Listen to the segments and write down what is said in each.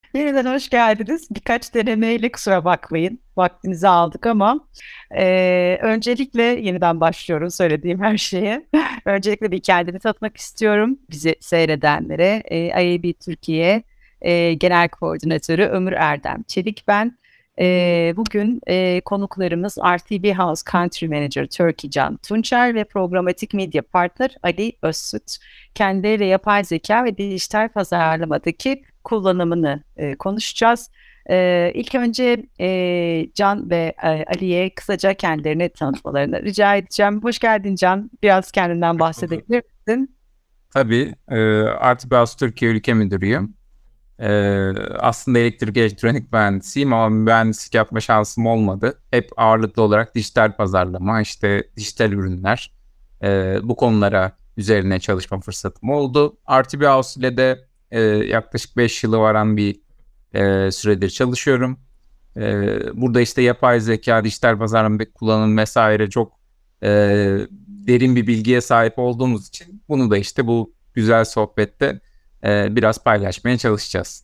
Yeniden hoş geldiniz. Birkaç denemeyle kusura bakmayın. Vaktinizi aldık ama öncelikle yeniden başlıyorum söylediğim her şeye. Öncelikle bir kendimi tanıtmak istiyorum bizi seyredenlere. IAB Türkiye Genel Koordinatörü Ömür Erdem Çelik ben. Bugün konuklarımız RTB House Country Manager Turkey Can Tunçer ve Programatik Media Partner Ali Özsüt. Kendileriyle yapay zeka ve dijital pazarlamadaki kullanımını konuşacağız. İlk önce Can ve Ali'ye kısaca kendilerini tanıtmalarını rica edeceğim. Hoş geldin Can. Biraz kendinden Hoş bulduk. bahsedebilir misin? Tabii, Artı Beyaz Türkiye Ülke Müdürüyüm. Aslında elektrik elektronik mühendisiyim ama mühendislik yapma şansım olmadı. Hep ağırlıklı olarak dijital pazarlama, işte dijital ürünler, bu konulara üzerine çalışma fırsatım oldu. Artı Beyaz ile de yaklaşık 5 yılı varan bir süredir çalışıyorum. Burada işte yapay zeka, dijital pazarlama kullanım vesaire çok e, derin bir bilgiye sahip olduğumuz için bunu da işte bu güzel sohbette biraz paylaşmaya çalışacağız.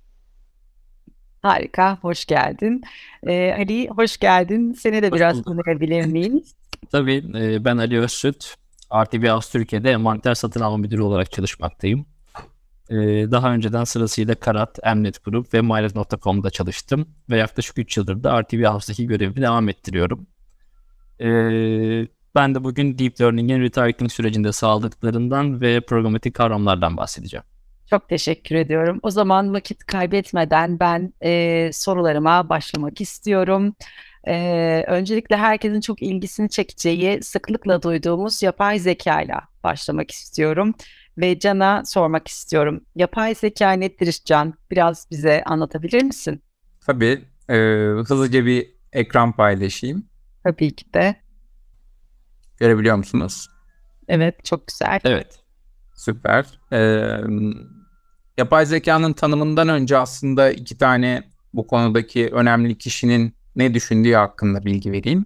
Harika, hoş geldin. Ali, hoş geldin. Seni de Hoş biraz bulduk. tanıyabilir miyiz? Tabii ben Ali Özsüt. RTV Aus Türkiye'de envanter satın alma müdürü olarak çalışmaktayım. Daha önceden sırasıyla Karat, Mnet Group ve Mylet.com'da çalıştım. Ve yaklaşık 3 yıldır da RTV House'daki görevimi devam ettiriyorum. Ben de bugün Deep Learning'in retargeting sürecinde sağladıklarından ve programatik kavramlardan bahsedeceğim. Çok teşekkür ediyorum. O zaman vakit kaybetmeden ben sorularıma başlamak istiyorum. Öncelikle herkesin çok ilgisini çekeceği, sıklıkla duyduğumuz yapay zeka ile başlamak istiyorum. Ve Can'a sormak istiyorum. Yapay zeka nedir Can? Biraz bize anlatabilir misin? Tabii, hızlıca bir ekran paylaşayım. Tabii ki de. Görebiliyor musunuz? Evet, çok güzel. Evet. Süper. Yapay zekanın tanımından önce aslında iki tane bu konudaki önemli kişinin ne düşündüğü hakkında bilgi vereyim.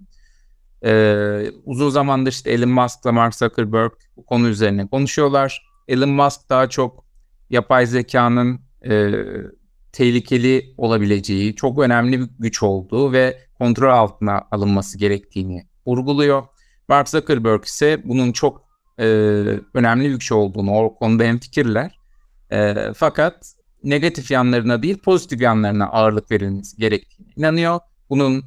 Uzun zamandır işte Elon Musk'la Mark Zuckerberg bu konu üzerine konuşuyorlar. Elon Musk daha çok yapay zekanın tehlikeli olabileceği, çok önemli bir güç olduğu ve kontrol altına alınması gerektiğini vurguluyor. Mark Zuckerberg ise bunun çok önemli bir güç olduğunu, o konuda hemfikirler. Fakat negatif yanlarına değil, pozitif yanlarına ağırlık verilmesi gerektiğine inanıyor. Bunun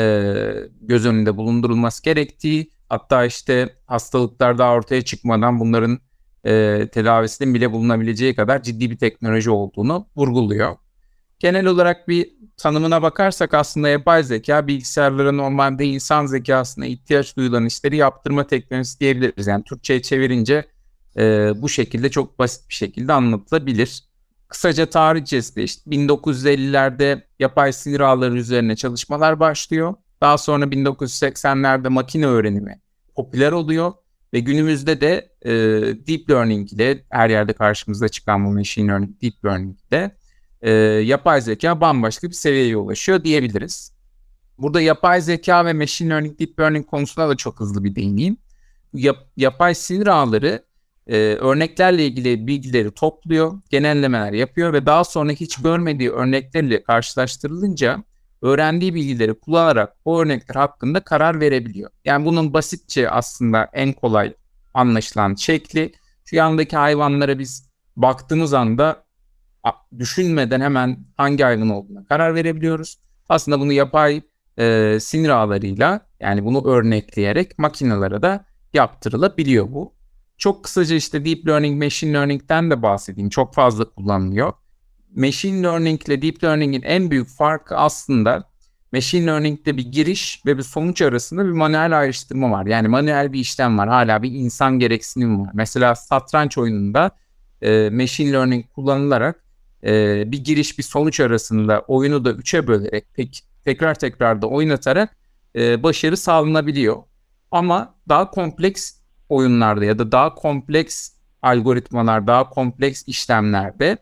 göz önünde bulundurulması gerektiği, hatta işte hastalıklar daha ortaya çıkmadan bunların tedavisinin bile bulunabileceği kadar ciddi bir teknoloji olduğunu vurguluyor. Genel olarak bir tanımına bakarsak aslında yapay zeka bilgisayarlara normalde insan zekasına ihtiyaç duyulan işleri yaptırma teknolojisi diyebiliriz. Yani Türkçe'ye çevirince bu şekilde çok basit bir şekilde anlatılabilir. Kısaca tarihçesi işte 1950'lerde yapay sinir ağları üzerine çalışmalar başlıyor. Daha sonra 1980'lerde makine öğrenimi popüler oluyor ve günümüzde de deep learning ile her yerde karşımıza çıkan bu machine learning, deep learning ile yapay zeka bambaşka bir seviyeye ulaşıyor diyebiliriz. Burada yapay zeka ve machine learning, deep learning konusuna da çok hızlı bir değineyim. Yapay sinir ağları örneklerle ilgili bilgileri topluyor, genellemeler yapıyor ve daha sonra hiç görmediği örneklerle karşılaştırılınca öğrendiği bilgileri kullanarak o örnekler hakkında karar verebiliyor. Yani bunun basitçe aslında en kolay anlaşılan şekli, şu yandaki hayvanlara biz baktığımız anda düşünmeden hemen hangi hayvan olduğuna karar verebiliyoruz. Aslında bunu yapay sinir ağlarıyla, yani bunu örnekleyerek makinelere de yaptırılabiliyor bu. Çok kısaca işte deep learning, machine learning'den de bahsedeyim. Çok fazla kullanılıyor. Machine learning ile deep learning'in en büyük farkı aslında machine learning'de bir giriş ve bir sonuç arasında bir manuel ayrıştırma var. Yani manuel bir işlem var. Hala bir insan gereksinimi var. Mesela satranç oyununda machine learning kullanılarak bir giriş bir sonuç arasında oyunu da 3'e bölerek tekrar tekrar da oynatarak başarı sağlanabiliyor. Ama daha kompleks oyunlarda ya da daha kompleks algoritmalar, daha kompleks işlemlerde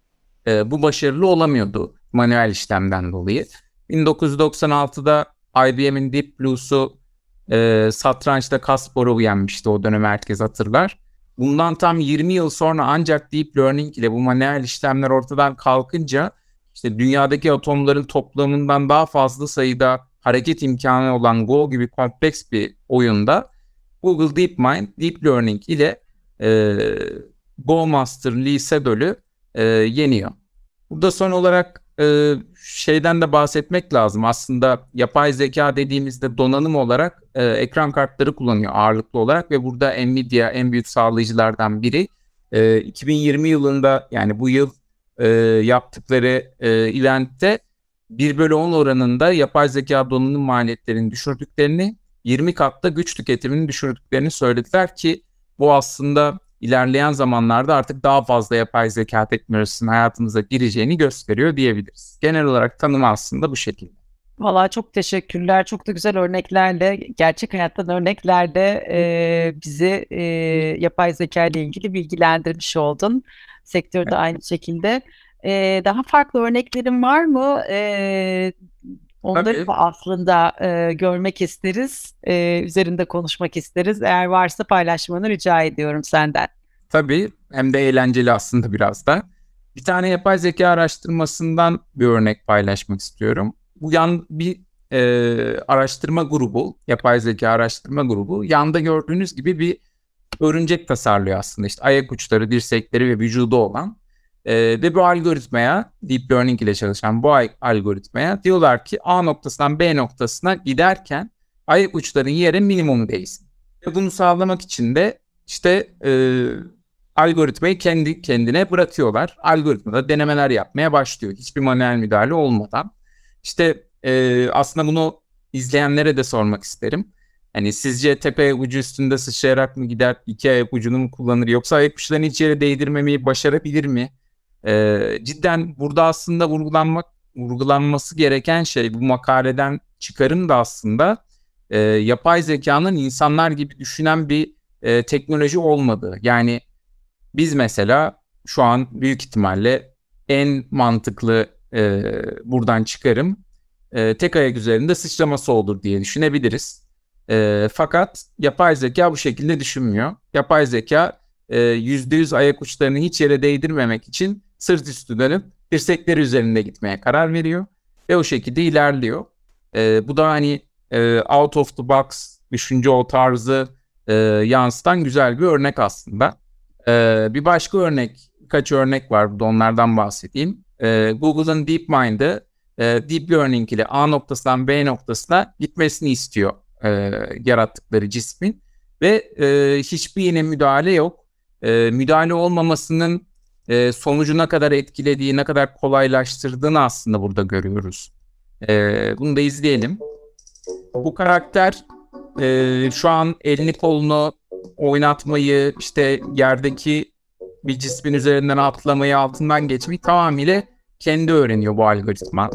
bu başarılı olamıyordu manuel işlemden dolayı. 1996'da IBM'in Deep Blue'su satrançta Kasparov'u yenmişti, o dönem herkes hatırlar. Bundan tam 20 yıl sonra ancak Deep Learning ile bu manuel işlemler ortadan kalkınca işte dünyadaki atomların toplamından daha fazla sayıda hareket imkanı olan Go gibi kompleks bir oyunda Google DeepMind, Deep Learning ile Go Master Lee Sedol'ü yeniyor. Burada son olarak şeyden de bahsetmek lazım. Aslında yapay zeka dediğimizde donanım olarak ekran kartları kullanıyor ağırlıklı olarak ve burada Nvidia en büyük sağlayıcılardan biri. 2020 yılında, yani bu yıl yaptıkları eventte 1/10 oranında yapay zeka donanım maliyetlerini düşürdüklerini, 20 katta güç tüketimini düşürdüklerini söylediler ki bu aslında ilerleyen zamanlarda artık daha fazla yapay zeka teknolojisinin hayatımıza gireceğini gösteriyor diyebiliriz. Genel olarak tanım aslında bu şekilde. Vallahi çok teşekkürler. Çok da güzel örneklerle, gerçek hayattan örneklerle bizi yapay zeka ile ilgili bilgilendirmiş oldun. Sektörde aynı şekilde. Daha farklı örneklerin var mı? Onları da aslında görmek isteriz. Üzerinde konuşmak isteriz. Eğer varsa paylaşmanı rica ediyorum senden. Tabii, hem de eğlenceli aslında biraz da. Bir tane yapay zeka araştırmasından bir örnek paylaşmak istiyorum. Bu bir araştırma grubu, yapay zeka araştırma grubu. Yanda gördüğünüz gibi bir örümcek tasarlıyor aslında. İşte ayak uçları, dirsekleri ve vücudu olan. Ve bu algoritmaya, Deep Learning ile çalışan bu algoritmaya diyorlar ki A noktasından B noktasına giderken ayak uçların yere minimum değsin. Ve bunu sağlamak için de işte algoritmayı kendi kendine bırakıyorlar. Algoritmada denemeler yapmaya başlıyor. Hiçbir manuel müdahale olmadan. İşte aslında bunu izleyenlere de sormak isterim. Hani sizce tek ayak ucu üstünde sıçrayarak mı gider, iki ayak ucunu mu kullanır, yoksa ayak uçlarını hiç yere değdirmemeyi başarabilir mi? Cidden burada aslında vurgulanması gereken şey, bu makaleden çıkarım da aslında yapay zekanın insanlar gibi düşünen bir teknoloji olmadığı. Yani biz mesela şu an büyük ihtimalle en mantıklı buradan çıkarım tek ayak üzerinde sıçraması olur diye düşünebiliriz. Fakat yapay zeka bu şekilde düşünmüyor. Yapay zeka %100 ayak uçlarını hiç yere değdirmemek için sırt üstü dönüp dirsekleri üzerinde gitmeye karar veriyor ve o şekilde ilerliyor. Bu da hani out of the box düşünce o tarzı yansıtan güzel bir örnek aslında. Bir başka örnek, birkaç örnek var, burada onlardan bahsedeyim. Google'ın DeepMind'ı Deep Learning ile A noktasından B noktasına gitmesini istiyor yarattıkları cismin ve hiçbir yine müdahale yok. Müdahale olmamasının sonucu ne kadar etkilediği, ne kadar kolaylaştırdığını aslında burada görüyoruz. Bunu da izleyelim. Bu karakter şu an elini kolunu oynatmayı, işte yerdeki bir cismin üzerinden atlamayı, altından geçmeyi tamamıyla kendi öğreniyor bu algoritma.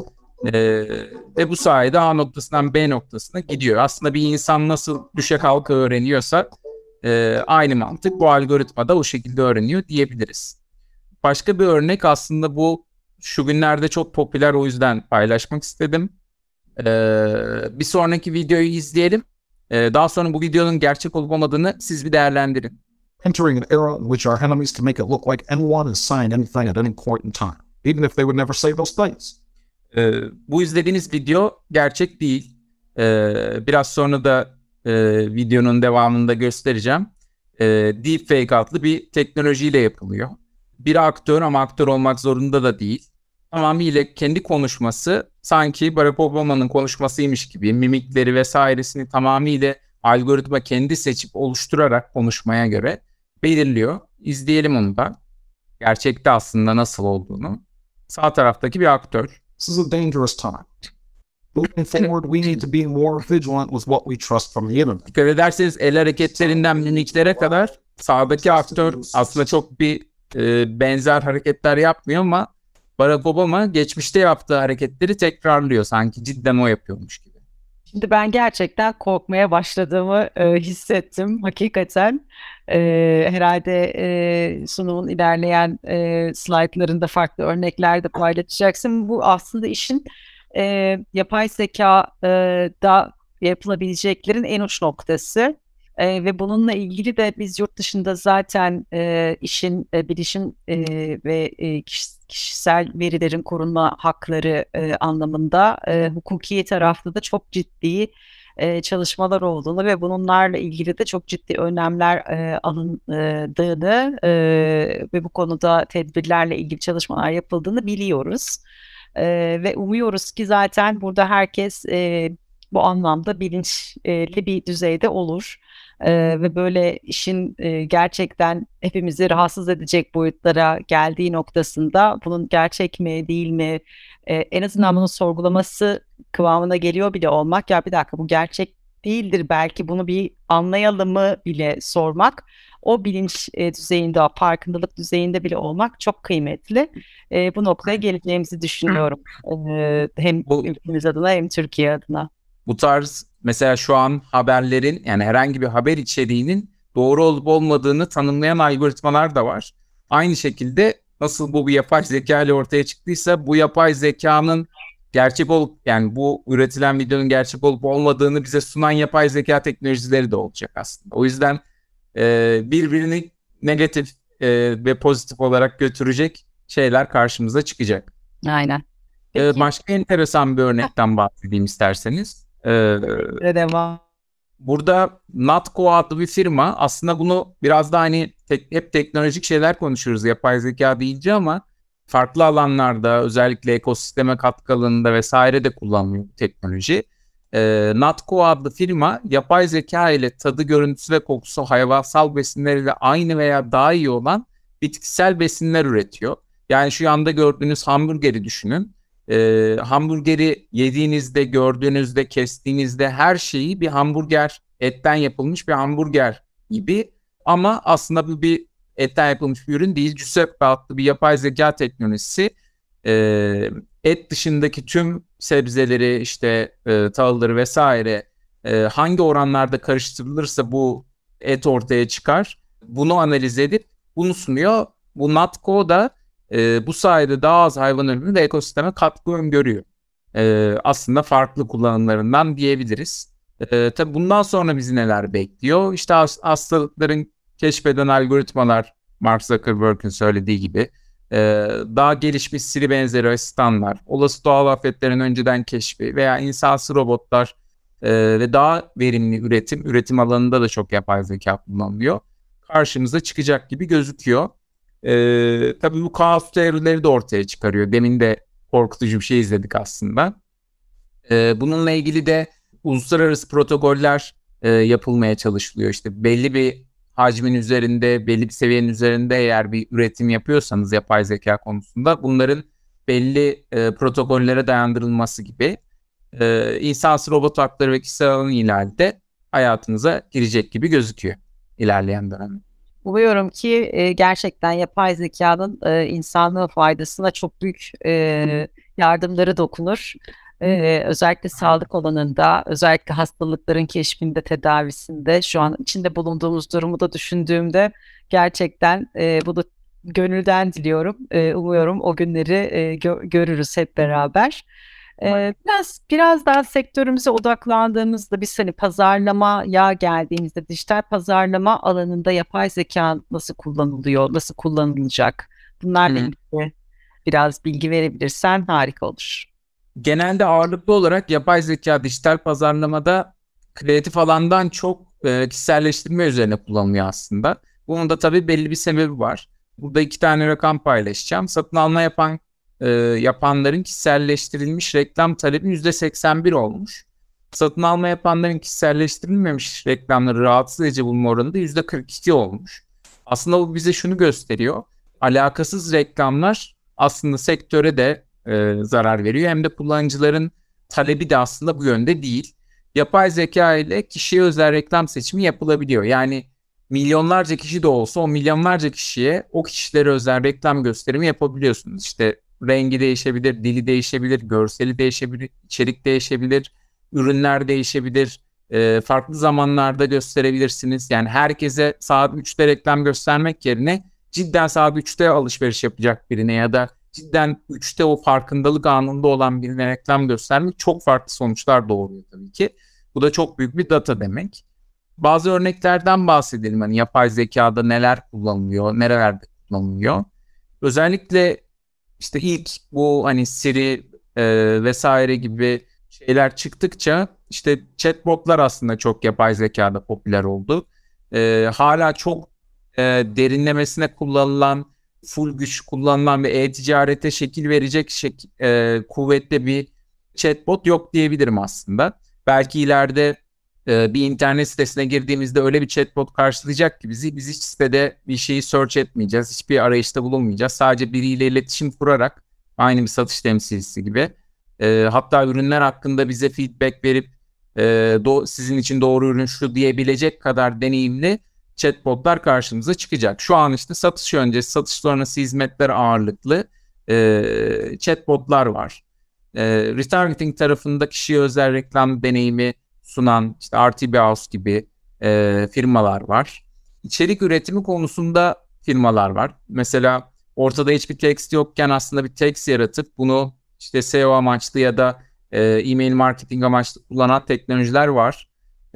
Ve bu sayede A noktasından B noktasına gidiyor. Aslında bir insan nasıl düşe kalka öğreniyorsa aynı mantık bu algoritmada o şekilde öğreniyor diyebiliriz. Başka bir örnek aslında bu şu günlerde çok popüler, o yüzden paylaşmak istedim. Bir sonraki videoyu izleyelim. Daha sonra bu videonun gerçek olup olmadığını siz bir değerlendirin. Entering an era in which our enemies can make it look like anyone has signed anything at any point in time, even if they would never say those things. Bu izlediğiniz video gerçek değil. Biraz sonra da videonun devamında göstereceğim. Deepfake adlı bir teknolojiyle yapılıyor. Bir aktör, ama aktör olmak zorunda da değil. Tamamıyla kendi konuşması sanki Barack Obama'nın konuşmasıymış gibi, mimikleri vesairesini tamamıyla algoritma kendi seçip oluşturarak konuşmaya göre belirliyor. İzleyelim onu da. Gerçekte aslında nasıl olduğunu. Sağ taraftaki bir aktör. This is a dangerous time. Moving forward, we need to be more vigilant with what we trust from the internet. Dikkat ederseniz el hareketlerinden mimiklere kadar sağdaki aktör aslında çok bir benzer hareketler yapmıyor ama Barack Obama geçmişte yaptığı hareketleri tekrarlıyor. Sanki cidden o yapıyormuş gibi. Şimdi ben gerçekten korkmaya başladığımı hissettim hakikaten. Herhalde sunumun ilerleyen slaytlarında farklı örnekler de paylaşacaksın. Bu aslında işin yapay zekada yapılabileceklerin en uç noktası. Ve bununla ilgili de biz yurt dışında zaten bilişim ve kişisel verilerin korunma hakları anlamında hukuki tarafta da çok ciddi çalışmalar olduğunu ve bunlarla ilgili de çok ciddi önlemler alındığını ve bu konuda tedbirlerle ilgili çalışmalar yapıldığını biliyoruz. Ve umuyoruz ki zaten burada herkes bu anlamda bilinçli bir düzeyde olur. Ve böyle işin gerçekten hepimizi rahatsız edecek boyutlara geldiği noktasında bunun gerçek mi değil mi en azından bunun sorgulaması kıvamına geliyor bile olmak, ya bir dakika bu gerçek değildir belki, bunu bir anlayalım mı bile sormak, o bilinç düzeyinde, o farkındalık düzeyinde bile olmak çok kıymetli. Bu noktaya geleceğimizi düşünüyorum. Hem ülkemiz adına hem Türkiye adına. Bu tarz mesela şu an haberlerin, yani herhangi bir haber içeriğinin doğru olup olmadığını tanımlayan algoritmalar da var. Aynı şekilde nasıl bu bir yapay zeka ile ortaya çıktıysa, bu yapay zekanın gerçek olup, yani bu üretilen videonun gerçek olup olmadığını bize sunan yapay zeka teknolojileri de olacak aslında. O yüzden birbirini negatif ve pozitif olarak götürecek şeyler karşımıza çıkacak. Aynen. Peki. Başka enteresan bir örnekten bahsedeyim isterseniz. Devam. Burada Natco adlı bir firma, aslında bunu biraz da hani hep teknolojik şeyler konuşuyoruz yapay zeka deyince, ama farklı alanlarda, özellikle ekosisteme katkı alanında vesaire de kullanılıyor bu teknoloji. Natco adlı firma yapay zeka ile tadı, görüntüsü ve kokusu hayvansal besinleriyle aynı veya daha iyi olan bitkisel besinler üretiyor. Yani şu yanda gördüğünüz hamburgeri düşünün. Hamburgeri yediğinizde, gördüğünüzde, kestiğinizde her şeyi bir hamburger, etten yapılmış bir hamburger gibi, ama aslında bu bir etten yapılmış bir ürün değil. Giuseppe adlı bir yapay zeka teknolojisi et dışındaki tüm sebzeleri, işte tahılları vesaire hangi oranlarda karıştırılırsa bu et ortaya çıkar. Bunu analiz edip bunu sunuyor. Bu Natco da bu sayede daha az hayvan ölümü ve ekosisteme katkı öngörüyor. Aslında farklı kullanımlarından diyebiliriz. Tabii bundan sonra bizi neler bekliyor? İşte hastalıkların keşfeden algoritmalar, Mark Zuckerberg'in söylediği gibi, daha gelişmiş Siri benzeri asistanlar, olası doğal afetlerin önceden keşfi veya insansız robotlar ve daha verimli üretim alanında da çok yapay zeka kullanılıyor. Karşımıza çıkacak gibi gözüküyor. Tabii bu kaos teorileri de ortaya çıkarıyor. Demin de korkutucu bir şey izledik aslında. Bununla ilgili de uluslararası protokoller yapılmaya çalışılıyor. İşte belli bir hacmin üzerinde, belli bir seviyenin üzerinde eğer bir üretim yapıyorsanız yapay zeka konusunda, bunların belli protokollere dayandırılması gibi insansız robot hakları ve kişisel alan ihlali de hayatınıza girecek gibi gözüküyor ilerleyen dönemde. Umuyorum ki gerçekten yapay zekanın insanlığa faydasına çok büyük yardımları dokunur. Özellikle sağlık alanında, özellikle hastalıkların keşfinde, tedavisinde, şu an içinde bulunduğumuz durumu da düşündüğümde gerçekten bunu gönülden diliyorum. Umuyorum o günleri görürüz hep beraber. Biraz daha sektörümüze odaklandığımızda, biz hani pazarlamaya geldiğimizde, dijital pazarlama alanında yapay zeka nasıl kullanılıyor, nasıl kullanılacak? Bunlarla ilgili biraz bilgi verebilirsen harika olur. Genelde ağırlıklı olarak yapay zeka dijital pazarlamada kreatif alandan çok kişiselleştirme üzerine kullanılıyor aslında. Bunun da tabii belli bir sebebi var. Burada 2 tane rakam paylaşacağım. Satın alma yapanların kişiselleştirilmiş reklam talebi %81 olmuş. Satın alma yapanların kişiselleştirilmemiş reklamları rahatsız edici bulma oranı da %42 olmuş. Aslında bu bize şunu gösteriyor. Alakasız reklamlar aslında sektöre de zarar veriyor. Hem de kullanıcıların talebi de aslında bu yönde değil. Yapay zeka ile kişiye özel reklam seçimi yapılabiliyor. Yani milyonlarca kişi de olsa o milyonlarca kişiye o kişilere özel reklam gösterimi yapabiliyorsunuz. İşte rengi değişebilir, dili değişebilir, görseli değişebilir, içerik değişebilir, ürünler değişebilir. Farklı zamanlarda gösterebilirsiniz. Yani herkese saat 3'te reklam göstermek yerine cidden saat 3'te alışveriş yapacak birine ya da cidden 3'te o farkındalık anında olan birine reklam göstermek çok farklı sonuçlar doğuruyor tabii ki. Bu da çok büyük bir data demek. Bazı örneklerden bahsedelim. Hani yapay zekada neler kullanılıyor, nerelerde kullanılıyor. Özellikle işte ilk bu hani Siri vesaire gibi şeyler çıktıkça işte chatbotlar aslında çok yapay zekada popüler oldu. Hala çok derinlemesine kullanılan, full güç kullanılan ve e-ticarete şekil verecek kuvvetli bir chatbot yok diyebilirim aslında. Belki ileride bir internet sitesine girdiğimizde öyle bir chatbot karşılayacak ki biz hiç sitede bir şeyi search etmeyeceğiz. Hiçbir arayışta bulunmayacağız. Sadece biriyle iletişim kurarak aynı bir satış temsilcisi gibi. Hatta ürünler hakkında bize feedback verip sizin için doğru ürün şu diyebilecek kadar deneyimli chatbotlar karşımıza çıkacak. Şu an işte satış öncesi, satış sonrası hizmetler ağırlıklı chatbotlar var. Retargeting tarafında kişiye özel reklam deneyimi sunan işte RTB House gibi firmalar var. İçerik üretimi konusunda firmalar var. Mesela ortada hiçbir text yokken aslında bir text yaratıp bunu işte SEO amaçlı ya da e-mail marketing amaçlı kullanan teknolojiler var.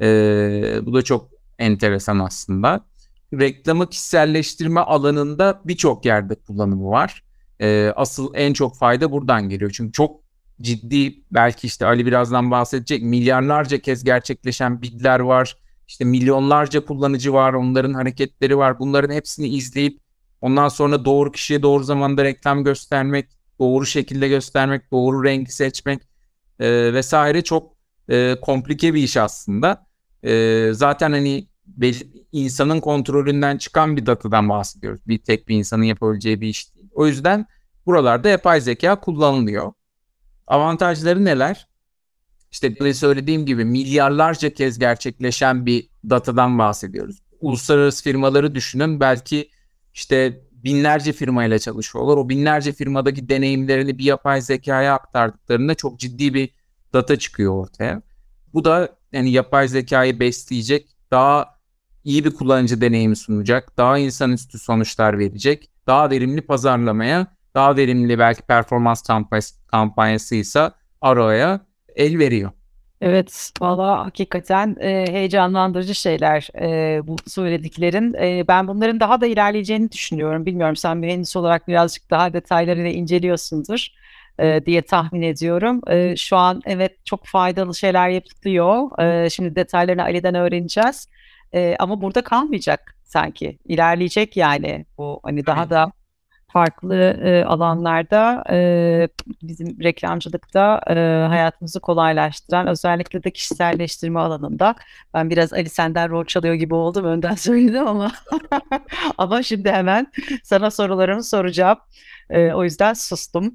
Bu da çok enteresan aslında. Reklamı kişiselleştirme alanında birçok yerde kullanımı var. Asıl en çok fayda buradan geliyor. Çünkü çok ciddi, belki işte Ali birazdan bahsedecek, milyarlarca kez gerçekleşen bidler var. İşte milyonlarca kullanıcı var, onların hareketleri var. Bunların hepsini izleyip ondan sonra doğru kişiye doğru zamanda reklam göstermek, doğru şekilde göstermek, doğru rengi seçmek vesaire çok komplike bir iş aslında. Zaten hani insanın kontrolünden çıkan bir datadan bahsediyoruz. Tek bir insanın yapabileceği bir iş değil. O yüzden buralarda yapay zeka kullanılıyor. Avantajları neler? İşte söylediğim gibi milyarlarca kez gerçekleşen bir datadan bahsediyoruz. Uluslararası firmaları düşünün. Belki işte binlerce firmayla çalışıyorlar. O binlerce firmadaki deneyimlerini bir yapay zekaya aktardıklarında çok ciddi bir data çıkıyor ortaya. Bu da yani yapay zekayı besleyecek, daha iyi bir kullanıcı deneyimi sunacak, daha insanüstü sonuçlar verecek, daha verimli pazarlamaya, daha verimli belki performans kampanyasıysa ROI'ya el veriyor. Evet, valla hakikaten heyecanlandırıcı şeyler bu söylediklerin. Ben bunların daha da ilerleyeceğini düşünüyorum. Bilmiyorum, sen mühendis olarak birazcık daha detaylarıyla inceliyorsundur diye tahmin ediyorum. Şu an evet çok faydalı şeyler yapılıyor. Şimdi detaylarını Ali'den öğreneceğiz. Ama burada kalmayacak sanki. İlerleyecek yani bu hani daha da farklı alanlarda bizim reklamcılıkta hayatımızı kolaylaştıran, özellikle de kişiselleştirme alanında. Ben biraz Ali senden rol çalıyor gibi oldum, önden söyledim ama ama şimdi hemen sana sorularımı soracağım. O yüzden sustum.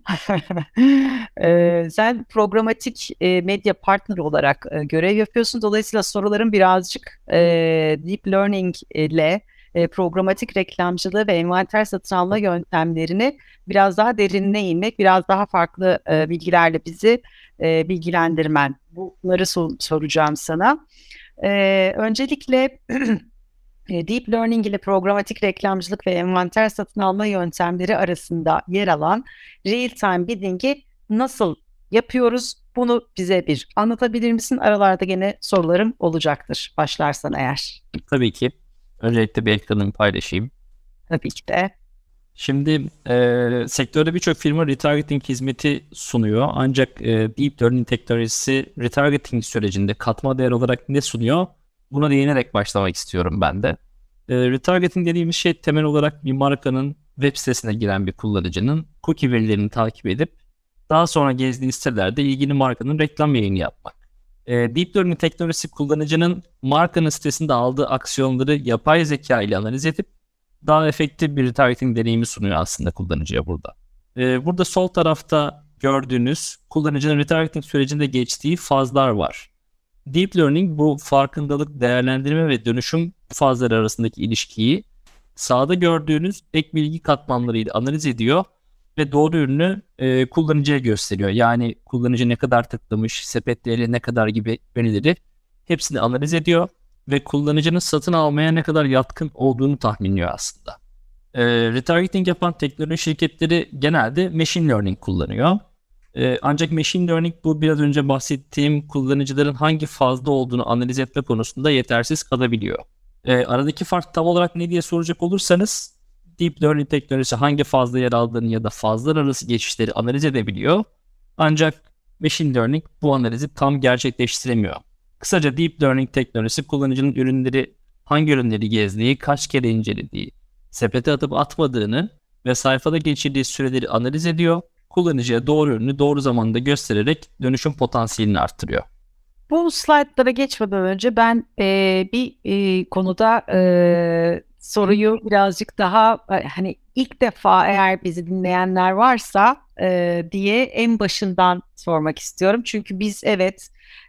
Sen programatik medya partneri olarak görev yapıyorsun. Dolayısıyla sorularım birazcık deep learning ile programatik reklamcılığı ve envanter satın alma yöntemlerini biraz daha derinine inmek, biraz daha farklı bilgilerle bizi bilgilendirmen. Bunları soracağım sana. Öncelikle Deep Learning ile programatik reklamcılık ve envanter satın alma yöntemleri arasında yer alan real-time bidding'i nasıl yapıyoruz? Bunu bize bir anlatabilir misin? Aralarda gene sorularım olacaktır, başlarsan eğer. Tabii ki. Öncelikle bir ekranımı paylaşayım. Tabii ki de. Şimdi sektörde birçok firma retargeting hizmeti sunuyor. Ancak Deep Learning teknolojisi retargeting sürecinde katma değer olarak ne sunuyor? Buna değinerek başlamak istiyorum ben de. Retargeting dediğimiz şey temel olarak bir markanın web sitesine giren bir kullanıcının cookie verilerini takip edip daha sonra gezdiği sitelerde ilgili markanın reklam yayını yapmak. Deep Learning teknolojisi kullanıcının markanın sitesinde aldığı aksiyonları yapay zeka ile analiz edip daha efektif bir retargeting deneyimi sunuyor aslında kullanıcıya burada. Burada sol tarafta gördüğünüz kullanıcının retargeting sürecinde geçtiği fazlar var. Deep Learning bu farkındalık, değerlendirme ve dönüşüm fazları arasındaki ilişkiyi sağda gördüğünüz ek bilgi katmanlarıyla analiz ediyor ve doğru ürünü kullanıcıya gösteriyor. Yani kullanıcı ne kadar tıklamış, sepetleri ne kadar gibi verileri hepsini analiz ediyor ve kullanıcının satın almaya ne kadar yatkın olduğunu tahminliyor aslında. Retargeting yapan teknoloji şirketleri genelde machine learning kullanıyor. Ancak machine learning bu biraz önce bahsettiğim kullanıcıların hangi fazda olduğunu analiz etme konusunda yetersiz kalabiliyor. Aradaki fark tam olarak ne diye soracak olursanız, deep learning teknolojisi hangi fazda yer aldığını ya da fazlar arası geçişleri analiz edebiliyor. Ancak machine learning bu analizi tam gerçekleştiremiyor. Kısaca deep learning teknolojisi kullanıcının hangi ürünleri gezdiği, kaç kere incelediği, sepete atıp atmadığını ve sayfada geçirdiği süreleri analiz ediyor. Kullanıcıya doğru ürünü doğru zamanda göstererek dönüşüm potansiyelini arttırıyor. Bu slaytlara geçmeden önce ben bir konuda soruyu birazcık daha hani ilk defa eğer bizi dinleyenler varsa diye en başından sormak istiyorum. Çünkü biz evet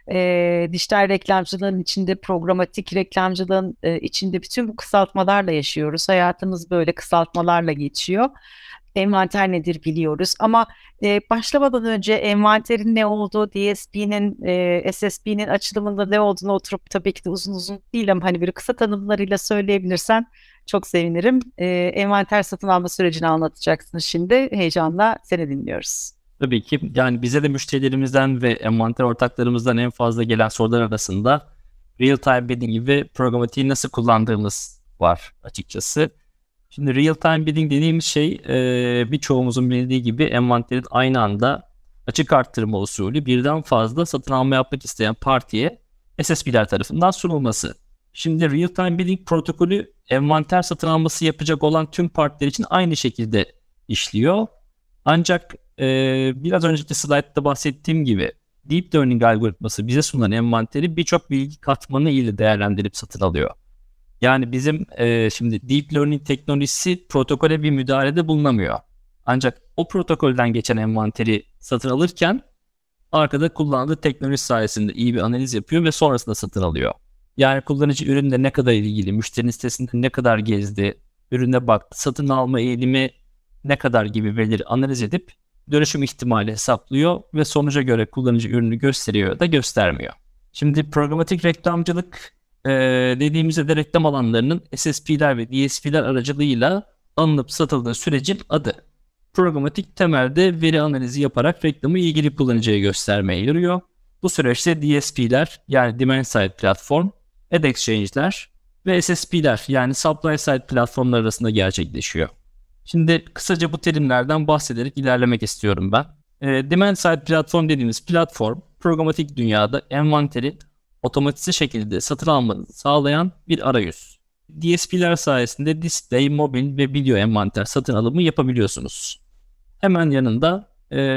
dijital reklamcılığın içinde, programatik reklamcılığın içinde bütün bu kısaltmalarla yaşıyoruz. Hayatımız böyle kısaltmalarla geçiyor. Envanter nedir biliyoruz ama başlamadan önce envanterin ne olduğu, DSP'nin, SSP'nin açılımında ne olduğunu oturup tabii ki de uzun uzun değil ama hani böyle kısa tanımlarıyla söyleyebilirsen çok sevinirim. Envanter satın alma sürecini anlatacaksın şimdi. Heyecanla seni dinliyoruz. Tabii ki yani bize de müşterilerimizden ve envanter ortaklarımızdan en fazla gelen sorular arasında real time bidding ve programatiği nasıl kullandığımız var açıkçası. Şimdi real time bidding dediğimiz şey birçoğumuzun bildiği gibi envanterin aynı anda açık arttırma usulü birden fazla satın alma yapmak isteyen partiye SSP'ler tarafından sunulması. Şimdi real time bidding protokolü envanter satın alması yapacak olan tüm partiler için aynı şekilde işliyor. Ancak biraz önceki slaytta bahsettiğim gibi deep learning algoritması bize sunan envanteri birçok bilgi katmanı ile değerlendirip satın alıyor. Yani bizim şimdi deep learning teknolojisi protokole bir müdahalede bulunamıyor. Ancak o protokolden geçen envanteri satın alırken arkada kullandığı teknoloji sayesinde iyi bir analiz yapıyor ve sonrasında satın alıyor. Yani kullanıcı ürünle ne kadar ilgili, müşterinin sitesinde ne kadar gezdi, ürüne baktı, satın alma eğilimi ne kadar gibi verileri analiz edip dönüşüm ihtimali hesaplıyor ve sonuca göre kullanıcı ürünü gösteriyor ya da göstermiyor. Şimdi programatik reklamcılık dediğimizde de reklam alanlarının SSP'ler ve DSP'ler aracılığıyla alınıp satıldığı sürecin adı. Programatik temelde veri analizi yaparak reklamı ilgili kullanıcıya göstermeye yarıyor. Bu süreçte DSP'ler yani Demand Side Platform, Ad Exchange'ler ve SSP'ler yani Supply Side platformlar arasında gerçekleşiyor. Şimdi kısaca bu terimlerden bahsederek ilerlemek istiyorum ben. Demand Side Platform dediğimiz platform, programatik dünyada envanteri otomatize şekilde satın almanızı sağlayan bir arayüz. DSP'ler sayesinde display, mobil ve video envanter satın alımı yapabiliyorsunuz. Hemen yanında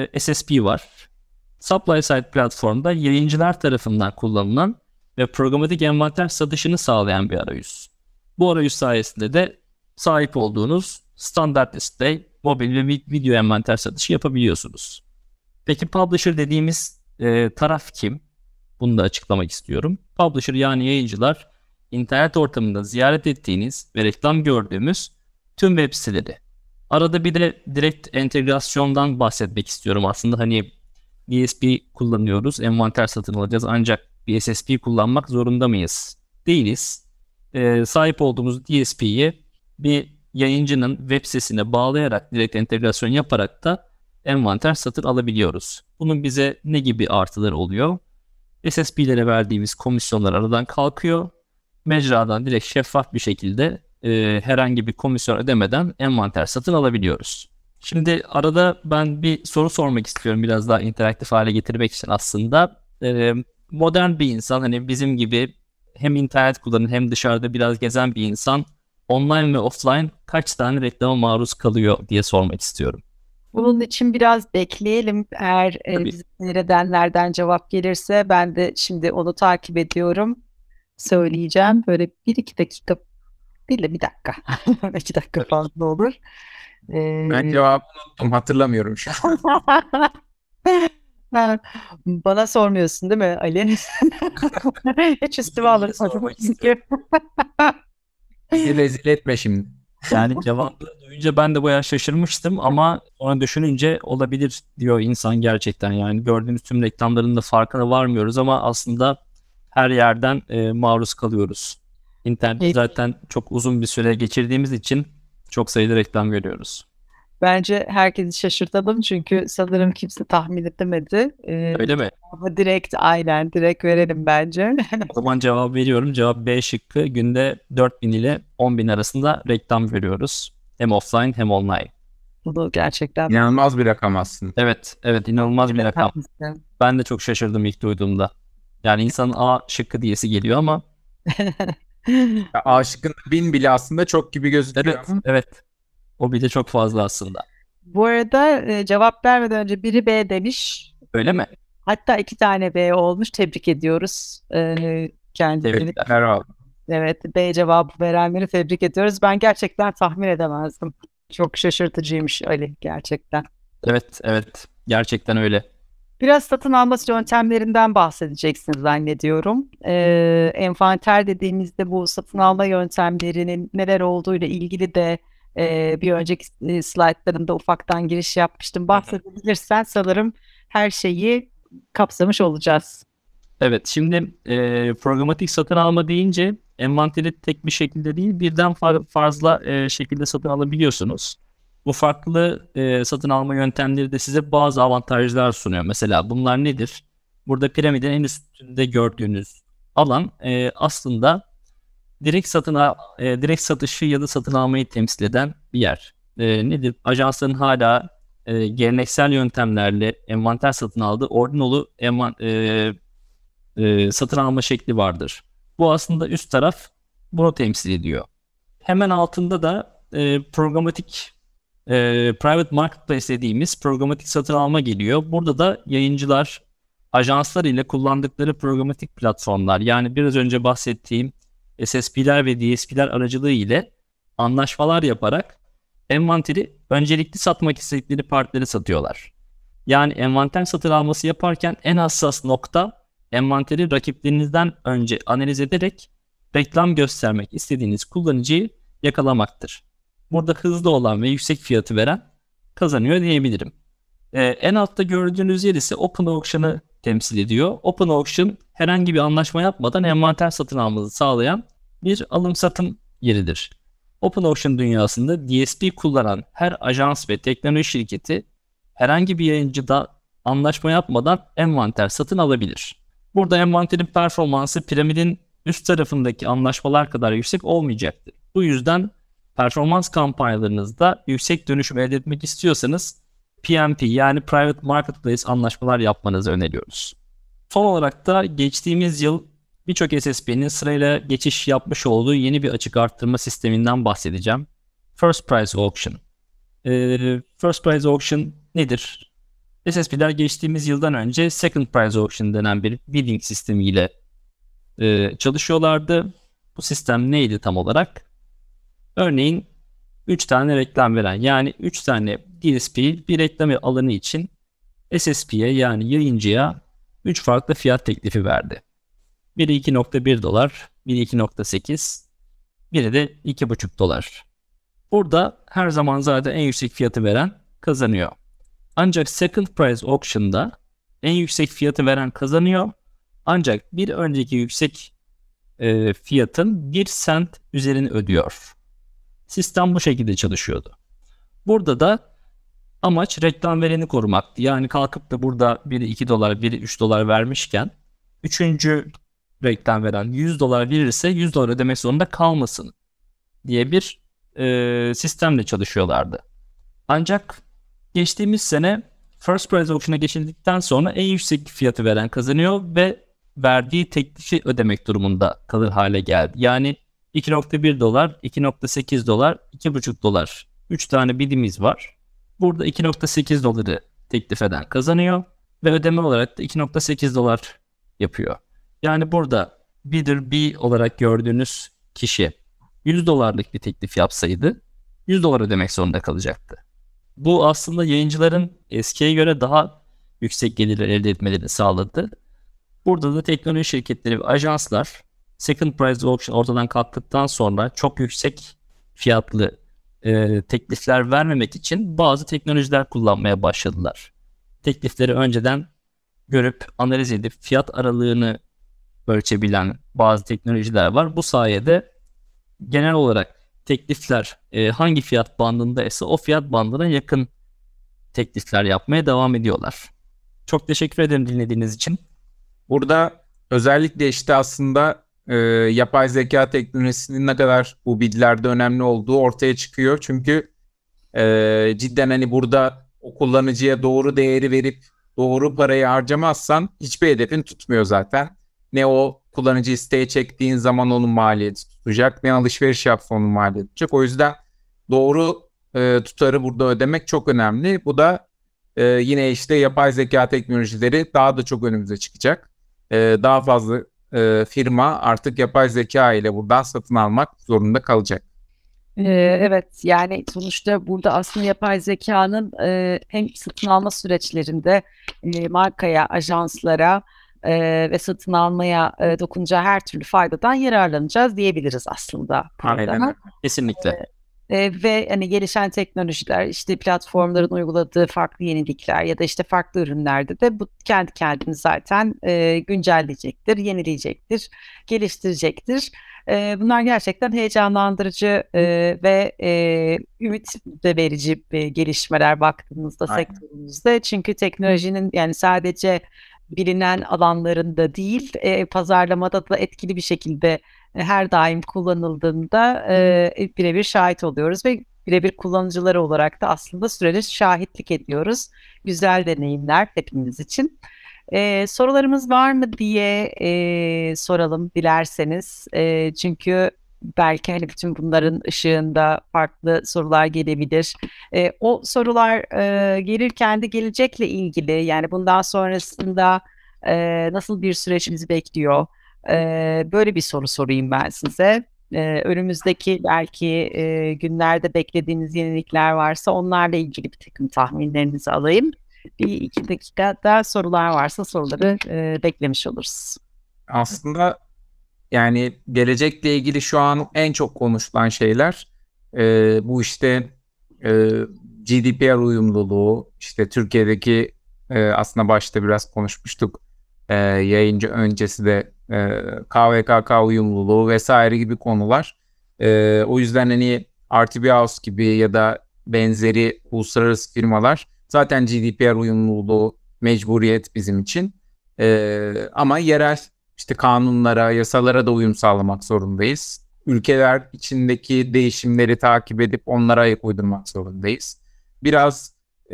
SSP var. Supply Side platformda yayıncılar tarafından kullanılan ve programatik envanter satışını sağlayan bir arayüz. Bu arayüz sayesinde de sahip olduğunuz standart display, mobil ve video envanter satışı yapabiliyorsunuz. Peki publisher dediğimiz taraf kim? Bunu da açıklamak istiyorum. Publisher yani yayıncılar, internet ortamında ziyaret ettiğiniz ve reklam gördüğümüz tüm web siteleri. Arada bir de direkt entegrasyondan bahsetmek istiyorum. Aslında hani DSP kullanıyoruz, envanter satın alacağız ancak bir SSP kullanmak zorunda mıyız? Değiliz. Sahip olduğumuz DSP'yi bir yayıncının web sitesine bağlayarak direkt entegrasyon yaparak da envanter satın alabiliyoruz. Bunun bize ne gibi artıları oluyor? SSP'lere verdiğimiz komisyonlar aradan kalkıyor. Mecradan direkt şeffaf bir şekilde herhangi bir komisyon ödemeden envanter satın alabiliyoruz. Şimdi arada ben bir soru sormak istiyorum biraz daha interaktif hale getirmek için aslında. Modern bir insan hani bizim gibi hem internet kullanan hem dışarıda biraz gezen bir insan online ve offline kaç tane reklama maruz kalıyor diye sormak istiyorum. Bunun için biraz bekleyelim. Eğer bize neredenlerden cevap gelirse ben de şimdi onu takip ediyorum. Söyleyeceğim. Böyle 1-2 dakika değil de 1 dakika. 2 dakika fazla olur. Ben cevabını unuttum. Hatırlamıyorum şu an. Bana sormuyorsun değil mi Ali? Hiç üstüme alırım. Bizi rezil etme şimdi. Yani cevabı duyunca ben de bayağı şaşırmıştım ama sonra düşününce olabilir diyor insan gerçekten. Yani gördüğünüz tüm reklamların da farkına varmıyoruz ama aslında her yerden maruz kalıyoruz. İnternet zaten çok uzun bir süre geçirdiğimiz için çok sayıda reklam görüyoruz. Bence herkesi şaşırtalım çünkü sanırım kimse tahmin edemedi. Öyle mi? Ama aynen direkt verelim bence. O zaman cevap veriyorum. Cevap B şıkkı. Günde 4.000 ile 10.000 arasında reklam veriyoruz. Hem offline hem online. Bu gerçekten İnanılmaz bir rakam aslında. Evet, inanılmaz bir rakam. haklısın. Ben de çok şaşırdım ilk duyduğumda. Yani insanın A şıkkı diyesi geliyor ama Ya, A şıkkında 1000 bile aslında çok gibi gözüküyor. evet. O bir de çok fazla aslında. Bu arada cevap vermeden önce biri B demiş. Öyle mi? Hatta 2 tane B olmuş. Tebrik ediyoruz kendilerini. Tebrikler. Merhaba. Evet, B cevabı verenleri tebrik ediyoruz. Ben gerçekten tahmin edemezdim. Çok şaşırtıcıymış Ali gerçekten. Evet. Gerçekten öyle. Biraz satın alma yöntemlerinden bahsedeceksiniz zannediyorum. Envanter dediğimizde bu satın alma yöntemlerinin neler olduğuyla ilgili de bir önceki slaytlarında ufaktan giriş yapmıştım. Bahsedebilirsen sanırım her şeyi kapsamış olacağız. Evet, şimdi programatik satın alma deyince envanteri tek bir şekilde değil birden fazla şekilde satın alabiliyorsunuz. Bu farklı satın alma yöntemleri de size bazı avantajlar sunuyor. Mesela bunlar nedir? Burada piramidin en üstünde gördüğünüz alan aslında direkt satışı ya da satın almayı temsil eden bir yer. Nedir? Ajansların hala geleneksel yöntemlerle envanter satın aldığı ordinolu satın alma şekli vardır. Bu aslında üst taraf bunu temsil ediyor. Hemen altında da programatik private marketplace dediğimiz programatik satın alma geliyor. Burada da yayıncılar, ajanslar ile kullandıkları programatik platformlar, yani biraz önce bahsettiğim SSP'ler ve DSP'ler aracılığı ile anlaşmalar yaparak envanteri öncelikli satmak istedikleri partileri satıyorlar. Yani envanter satın alması yaparken en hassas nokta envanteri rakiplerinizden önce analiz ederek reklam göstermek istediğiniz kullanıcıyı yakalamaktır. Burada hızlı olan ve yüksek fiyatı veren kazanıyor diyebilirim. En altta gördüğünüz yer ise Open Auction'ı temsil ediyor. Open Auction herhangi bir anlaşma yapmadan envanter satın almanızı sağlayan bir alım satım yeridir. Open Auction dünyasında DSP kullanan her ajans ve teknoloji şirketi herhangi bir yayıncıda anlaşma yapmadan envanter satın alabilir. Burada envanterin performansı piramidin üst tarafındaki anlaşmalar kadar yüksek olmayacaktır. Bu yüzden performans kampanyalarınızda yüksek dönüşüm elde etmek istiyorsanız PMP yani Private Marketplace anlaşmalar yapmanızı öneriyoruz. Son olarak da geçtiğimiz yıl birçok SSP'nin sırayla geçiş yapmış olduğu yeni bir açık arttırma sisteminden bahsedeceğim. First Price Auction. First Price Auction nedir? SSP'ler geçtiğimiz yıldan önce Second Price Auction denen bir bidding sistemiyle çalışıyorlardı. Bu sistem neydi tam olarak? Örneğin 3 tane reklam veren, yani 3 tane DSP bir reklam alanı için SSP'ye yani yayıncıya 3 farklı fiyat teklifi verdi. Biri $2.1, biri 2.8, biri de $2.5. Burada her zaman zaten en yüksek fiyatı veren kazanıyor. Ancak Second Price Auction'da en yüksek fiyatı veren kazanıyor. Ancak bir önceki yüksek fiyatın 1 sent üzerini ödüyor. Sistem bu şekilde çalışıyordu. Burada da amaç reklam vereni korumaktı. Yani kalkıp da burada biri $2, biri $3 vermişken üçüncü reklam veren $100 verirse $100 ödemek zorunda kalmasın diye bir sistemle çalışıyorlardı. Ancak geçtiğimiz sene First Price Auction'a geçildikten sonra en yüksek fiyatı veren kazanıyor ve verdiği teklifi ödemek durumunda kalır hale geldi. Yani $2.1, $2.8, $2.5. 3 tane bidimiz var. Burada $2.8 teklif eden kazanıyor ve ödeme olarak da $2.8 yapıyor. Yani burada bidder B olarak gördüğünüz kişi $100'lık bir teklif yapsaydı $100 ödemek zorunda kalacaktı. Bu aslında yayıncıların eskiye göre daha yüksek gelirler elde etmelerini sağladı. Burada da teknoloji şirketleri ve ajanslar Second Price Auction ortadan kalktıktan sonra çok yüksek fiyatlı teklifler vermemek için bazı teknolojiler kullanmaya başladılar. Teklifleri önceden görüp analiz edip fiyat aralığını ölçebilen bazı teknolojiler var. Bu sayede genel olarak teklifler hangi fiyat bandında ise o fiyat bandına yakın teklifler yapmaya devam ediyorlar. Çok teşekkür ederim dinlediğiniz için. Burada özellikle işte aslında yapay zeka teknolojisinin ne kadar bu bidlerde önemli olduğu ortaya çıkıyor. Çünkü cidden hani burada o kullanıcıya doğru değeri verip doğru parayı harcamazsan hiçbir hedefin tutmuyor zaten. Ne o kullanıcı siteye çektiğin zaman onun maliyeti tutacak, ne alışveriş yapsa onun maliyeti tutacak. O yüzden doğru tutarı burada ödemek çok önemli. Bu da yine işte yapay zeka teknolojileri daha da çok önümüze çıkacak. Daha fazla firma artık yapay zeka ile buradan satın almak zorunda kalacak. Evet, yani sonuçta burada aslında yapay zekanın hem satın alma süreçlerinde markaya, ajanslara ve satın almaya dokunacağı her türlü faydadan yararlanacağız diyebiliriz aslında. Aynen. Kesinlikle. Ve hani gelişen teknolojiler, işte platformların uyguladığı farklı yenilikler ya da işte farklı ürünlerde de bu kendi kendini zaten güncelleyecektir, yenileyecektir, geliştirecektir. Bunlar gerçekten heyecanlandırıcı ve ümit de verici gelişmeler baktığımızda sektörümüzde. Çünkü teknolojinin yani sadece bilinen alanlarında değil, pazarlamada da etkili bir şekilde her daim kullanıldığında birebir şahit oluyoruz ve birebir kullanıcıları olarak da aslında sürece şahitlik ediyoruz. Güzel deneyimler hepimiz için. Sorularımız var mı diye soralım dilerseniz. Çünkü belki hani bütün bunların ışığında farklı sorular gelebilir. O sorular gelirken de gelecekle ilgili, yani bundan sonrasında nasıl bir süreç bizi bekliyor? Böyle bir soru sorayım ben size. Önümüzdeki belki günlerde beklediğiniz yenilikler varsa onlarla ilgili bir takım tahminlerinizi alayım. Bir iki dakikada sorular varsa soruları beklemiş oluruz. Aslında yani gelecekle ilgili şu an en çok konuşulan şeyler bu işte GDPR uyumluluğu, işte Türkiye'deki aslında başta biraz konuşmuştuk, yayıncı öncesi de KVKK uyumluluğu vesaire gibi konular. O yüzden hani RTB House gibi ya da benzeri uluslararası firmalar zaten GDPR uyumluluğu mecburiyet bizim için. Ama yerel işte kanunlara, yasalara da uyum sağlamak zorundayız. Ülkeler içindeki değişimleri takip edip onlara ayak uydurmak zorundayız. Biraz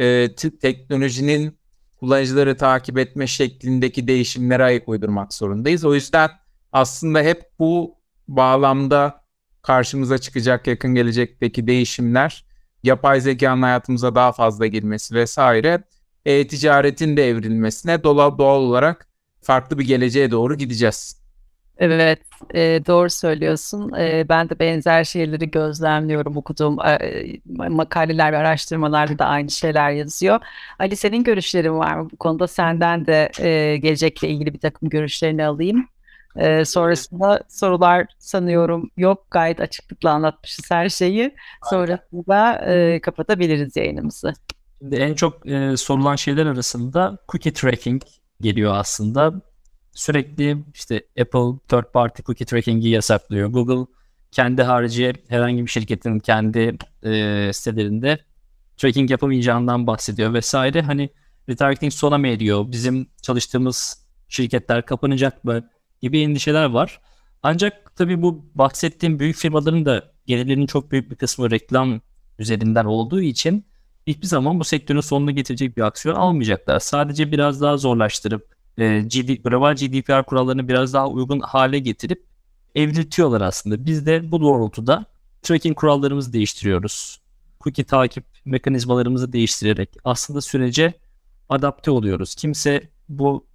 teknolojinin kullanıcıları takip etme şeklindeki değişimlere ayak uydurmak zorundayız. O yüzden aslında hep bu bağlamda karşımıza çıkacak yakın gelecekteki değişimler, yapay zekanın hayatımıza daha fazla girmesi vesaire, ticaretin de evrilmesine doğal olarak farklı bir geleceğe doğru gideceğiz. Evet, doğru söylüyorsun. Ben de benzer şeyleri gözlemliyorum. Okuduğum makaleler ve araştırmalarda da aynı şeyler yazıyor. Ali, senin görüşlerin var mı bu konuda? Senden de gelecekle ilgili bir takım görüşlerini alayım. Sonrasında sorular sanıyorum yok. Gayet açıklıkla anlatmışız her şeyi. Sonrasında kapatabiliriz yayınımızı. Şimdi en çok sorulan şeyler arasında cookie tracking geliyor aslında. Sürekli işte Apple third party cookie tracking'i yasaklıyor. Google kendi harici herhangi bir şirketin kendi sitelerinde tracking yapamayacağından bahsediyor vesaire. Hani retargeting sona mı eriyor? Bizim çalıştığımız şirketler kapanacak mı? Gibi endişeler var. Ancak tabii bu bahsettiğim büyük firmaların da gelirlerinin çok büyük bir kısmı reklam üzerinden olduğu için hiçbir zaman bu sektörün sonuna getirecek bir aksiyon almayacaklar. Sadece biraz daha zorlaştırıp global GDPR kurallarını biraz daha uygun hale getirip evriltiyorlar aslında. Biz de bu doğrultuda tracking kurallarımızı değiştiriyoruz. Cookie takip mekanizmalarımızı değiştirerek aslında sürece adapte oluyoruz. Kimse bu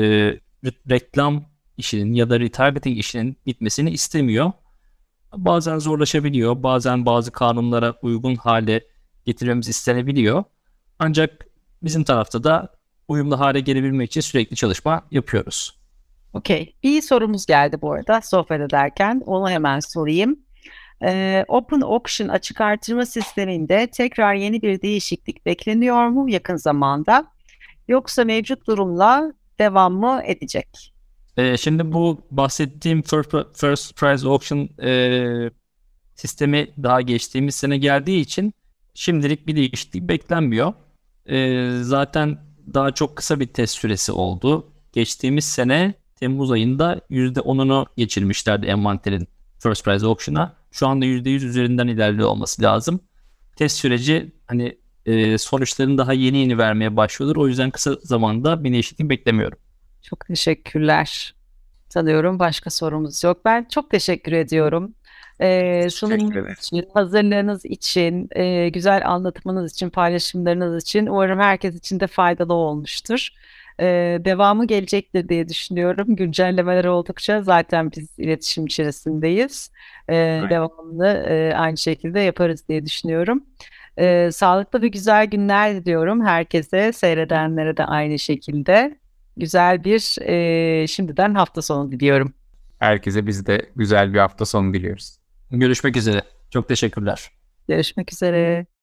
reklam işinin ya da retargeting işinin bitmesini istemiyor. Bazen zorlaşabiliyor, bazen bazı kanunlara uygun hale getirmemiz istenebiliyor. Ancak bizim tarafta da uyumlu hale gelebilmek için sürekli çalışma yapıyoruz. Okey. Bir sorumuz geldi bu arada sohbet ederken. Onu hemen sorayım. Open Auction açık artırma sisteminde tekrar yeni bir değişiklik bekleniyor mu yakın zamanda? Yoksa mevcut durumla devam mı edecek? Şimdi bu bahsettiğim First Price Auction sistemi daha geçtiğimiz sene geldiği için şimdilik bir değişiklik beklenmiyor. Zaten daha çok kısa bir test süresi oldu. Geçtiğimiz sene Temmuz ayında %10'unu geçirmişlerdi envanterin First Price Auction'a. Şu anda %100 üzerinden ilerliyor olması lazım. Test süreci hani sonuçların daha yeni vermeye başlıyordur. O yüzden kısa zamanda bir değişiklik beklemiyorum. Çok teşekkürler. Sanıyorum başka sorumuz yok. Ben çok teşekkür ediyorum. Sunum için, hazırlığınız için, güzel anlatımınız için, paylaşımlarınız için. Umarım herkes için de faydalı olmuştur. Devamı gelecektir diye düşünüyorum. Güncellemeler oldukça zaten biz iletişim içerisindeyiz. Devamlı aynı şekilde yaparız diye düşünüyorum. Sağlıklı ve güzel günler diliyorum herkese, seyredenlere de aynı şekilde. Güzel bir şimdiden hafta sonu diliyorum. Herkese biz de güzel bir hafta sonu diliyoruz. Görüşmek üzere. Çok teşekkürler. Görüşmek üzere.